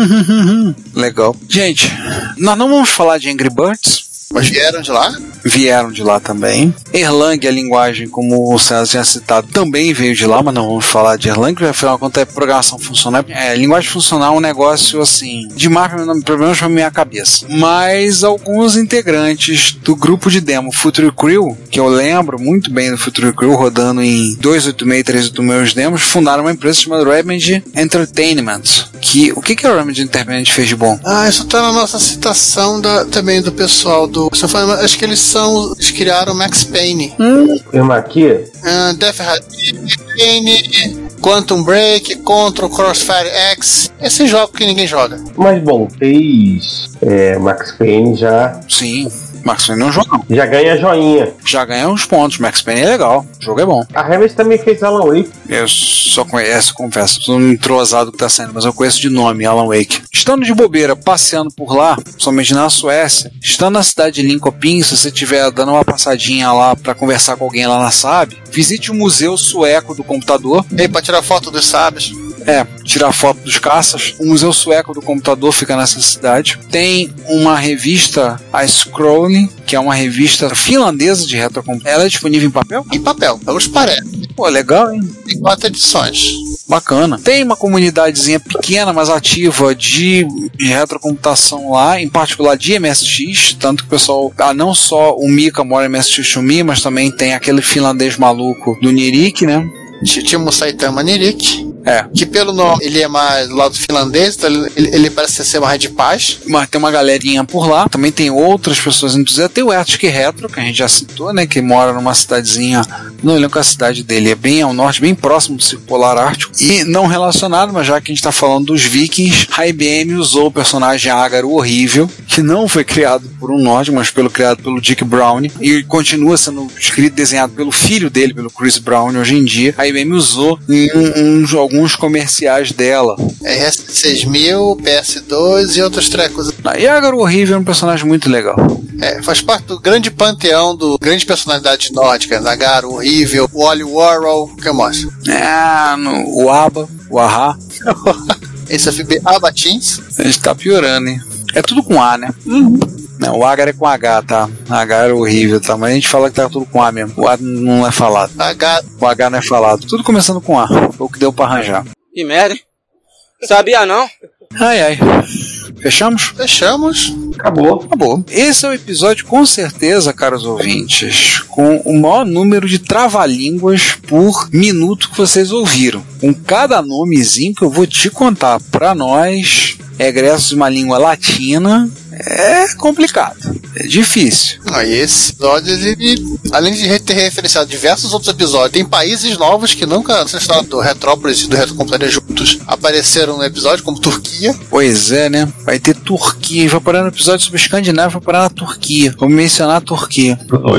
Speaker 6: Legal. Gente, nós não vamos falar de Angry Birds.
Speaker 5: Mas vieram de lá?
Speaker 6: Vieram de lá também. Erlang, a linguagem, como o César tinha citado, também veio de lá, mas não vamos falar de Erlang, porque afinal, quanto é programação funcional, linguagem funcional é um negócio, assim, demais problemas pra minha cabeça. Mas alguns integrantes do grupo de demo Future Crew, que eu lembro muito bem do Future Crew, rodando em 286 e 386 demos, fundaram uma empresa chamada Remedy Entertainment, que... O que a Remedy Entertainment fez de bom?
Speaker 5: Isso tá na nossa citação também do pessoal do... Acho que eles criaram Max Payne.
Speaker 4: Firma aqui?
Speaker 5: Death Payne, Quantum Break, Control, Crossfire X. Esses jogos que ninguém joga.
Speaker 4: Mas bom, fez Max Payne já...
Speaker 6: Sim, Max Payne é um jogo.
Speaker 4: Já ganha joinha.
Speaker 6: Já ganha uns pontos. Max Payne é legal. O jogo é bom.
Speaker 4: A Remedy também fez Alan Wake.
Speaker 6: Eu só conheço, confesso. Sou um entrosado que tá saindo, mas eu conheço de nome, Alan Wake. Estando de bobeira, passeando por lá, somente na Suécia, estando na cidade de Linköping, se você estiver dando uma passadinha lá pra conversar com alguém lá na SAB, visite o Museu Sueco do Computador.
Speaker 5: E pra tirar foto dos sábios.
Speaker 6: Tirar foto dos caças. O Museu Sueco do Computador fica nessa cidade. Tem uma revista, a Scrolling, que é uma revista finlandesa de retrocomputação. Ela é disponível em papel?
Speaker 5: Em papel, vamos parece.
Speaker 6: Pô, legal, hein?
Speaker 5: Tem 4 edições.
Speaker 6: Bacana. Tem uma comunidadezinha pequena, mas ativa de retrocomputação lá, em particular de MSX, tanto que o pessoal, não só o Mika mora em MSX Shumi, mas também tem aquele finlandês maluco do Nirik, né?
Speaker 5: Timo Saitama Nirik.
Speaker 6: Que
Speaker 5: pelo nome ele é mais do lado finlandês, então ele parece ser mais de paz.
Speaker 6: Mas tem uma galerinha por lá. Também tem outras pessoas entusiastas. Tem o Ertic Retro, que a gente já citou, né? Que mora numa cidadezinha. Não lembro qual é a cidade dele. É bem ao norte, bem próximo do Círculo Polar Ártico. E não relacionado, mas já que a gente tá falando dos vikings, a IBM usou o personagem Ágaro Horrível, que não foi criado por um nórdico, mas criado pelo Dick Brown. E continua sendo escrito e desenhado pelo filho dele, pelo Chris Brown, hoje em dia. A IBM usou em alguns comerciais dela.
Speaker 5: RS6000, PS2 e outros trecos.
Speaker 6: E Ágaro Horrível é um personagem muito legal.
Speaker 5: Faz parte do grande panteão do grande personalidade nórdica, da Ágaro Horrível, o Oli Warhol, o que mais?
Speaker 6: O Abba, o Ahá.
Speaker 5: Esse FB Abatins.
Speaker 6: A gente tá piorando, hein? É tudo com A, né? Não, o Agar é com H, tá? H é horrível, tá? Mas a gente fala que tá tudo com A mesmo. O A não é falado. O H não é falado. Tudo começando com A. Foi o que deu pra arranjar.
Speaker 10: Que merda, hein? Sabia não?
Speaker 6: Ai. Fechamos?
Speaker 5: Fechamos.
Speaker 4: Acabou.
Speaker 6: Esse é o episódio, com certeza, caros ouvintes, com o maior número de trava-línguas por minuto que vocês ouviram. Com cada nomezinho que eu vou te contar pra nós, egressos de uma língua latina, é complicado. É difícil.
Speaker 5: Esse episódio, ele, além de ter referenciado diversos outros episódios, tem países novos que nunca, na história do Retrópolis e do Retrocomputaria juntos, apareceram no episódio, como Turquia.
Speaker 6: Pois é, né? Vai ter Turquia. Vai parar no episódio sobre Escandinávia, vai parar na Turquia. Vamos mencionar a Turquia.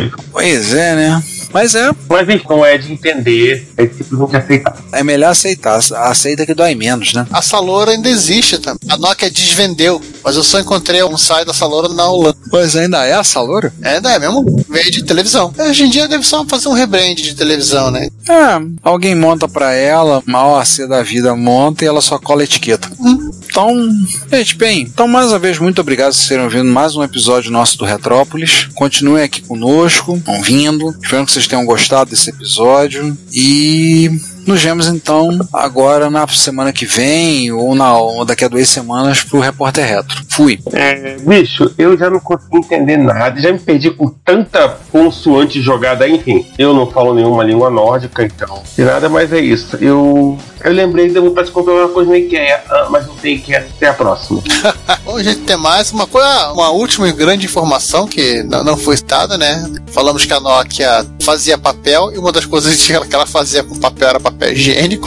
Speaker 6: Pois é, né? Mas
Speaker 4: isso não é de entender, é simplesmente aceitar.
Speaker 6: É melhor aceitar. Aceita que dói menos, né?
Speaker 5: A Salora ainda existe, tá? A Nokia desvendeu, mas eu só encontrei um site da Salora na Holanda.
Speaker 6: Pois ainda é a Salora?
Speaker 5: Ainda é mesmo. Veio de televisão. Hoje em dia deve só fazer um rebrand de televisão, né?
Speaker 6: Alguém monta pra ela, uma OAC da vida monta e ela só cola a etiqueta. Então, gente, bem, então mais uma vez, muito obrigado por terem ouvido mais um episódio nosso do Retrópolis. Continuem aqui conosco, ouvindo. Espero que vocês tenham gostado desse episódio e nos vemos então agora na semana que vem ou daqui a 2 semanas pro Repórter Retro. Fui.
Speaker 4: Bicho, eu já não consegui entender nada, já me perdi com tanta consoante jogada, enfim. Eu não falo nenhuma língua nórdica, então. E nada mais é isso. Eu lembrei de vontade de comprar uma coisa na IKEA, mas não tem IKEA. Até a próxima.
Speaker 5: Bom, gente, tem mais uma última grande informação que não foi citada, né? Falamos que a Nokia fazia papel e uma das coisas que ela fazia com papel era papel higiênico.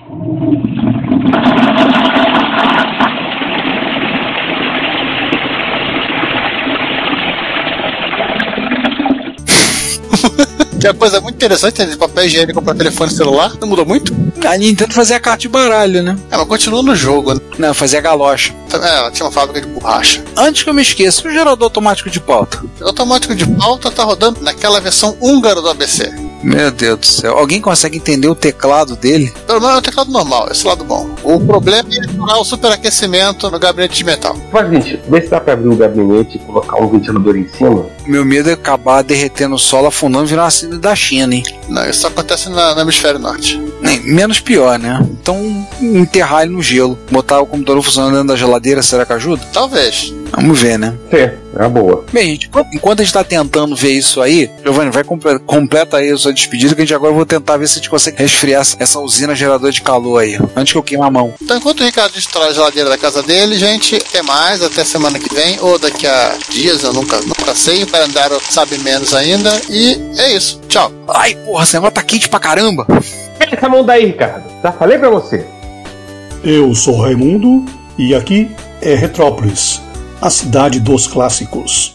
Speaker 5: Que é uma coisa muito interessante, de papel higiênico para telefone celular. Não mudou muito?
Speaker 6: A Nintendo fazia carta de baralho, né?
Speaker 5: Mas continua no jogo, né?
Speaker 6: Não, fazia galocha.
Speaker 5: Ela tinha uma fábrica de borracha.
Speaker 6: Antes que eu me esqueça, o gerador automático de pauta?
Speaker 5: O automático de pauta tá rodando naquela versão húngara do ABC.
Speaker 6: Meu Deus do céu. Alguém consegue entender o teclado dele?
Speaker 5: Pelo menos é o teclado normal, esse lado bom. O problema é jogar o superaquecimento no gabinete de metal.
Speaker 4: Mas, gente, vê se dá pra abrir o gabinete e colocar um ventilador em cima.
Speaker 6: Meu medo é acabar derretendo o solo, afundando e virar uma cena da China, hein?
Speaker 5: Não, isso acontece no hemisfério norte.
Speaker 6: Menos pior, né? Então, enterrar ele no gelo. Botar o computador funcionando dentro da geladeira, será que ajuda?
Speaker 5: Talvez.
Speaker 6: Vamos ver, né?
Speaker 4: É uma boa.
Speaker 6: Bem, gente, enquanto a gente tá tentando ver isso aí, Giovanni, vai completa aí a sua despedida, que a gente agora vou tentar ver se a gente consegue resfriar essa usina geradora de calor aí, antes que eu queime a mão.
Speaker 5: Então, enquanto o Ricardo destrói a geladeira da casa dele, gente, até mais, até semana que vem, ou daqui a dias, eu nunca sei, o calendário sabe menos ainda, e é isso. Tchau.
Speaker 6: Ai, porra, esse negócio tá quente pra caramba.
Speaker 4: Pega essa mão daí, Ricardo. Já falei pra você.
Speaker 11: Eu sou Raimundo, e aqui é Retrópolis, a cidade dos clássicos.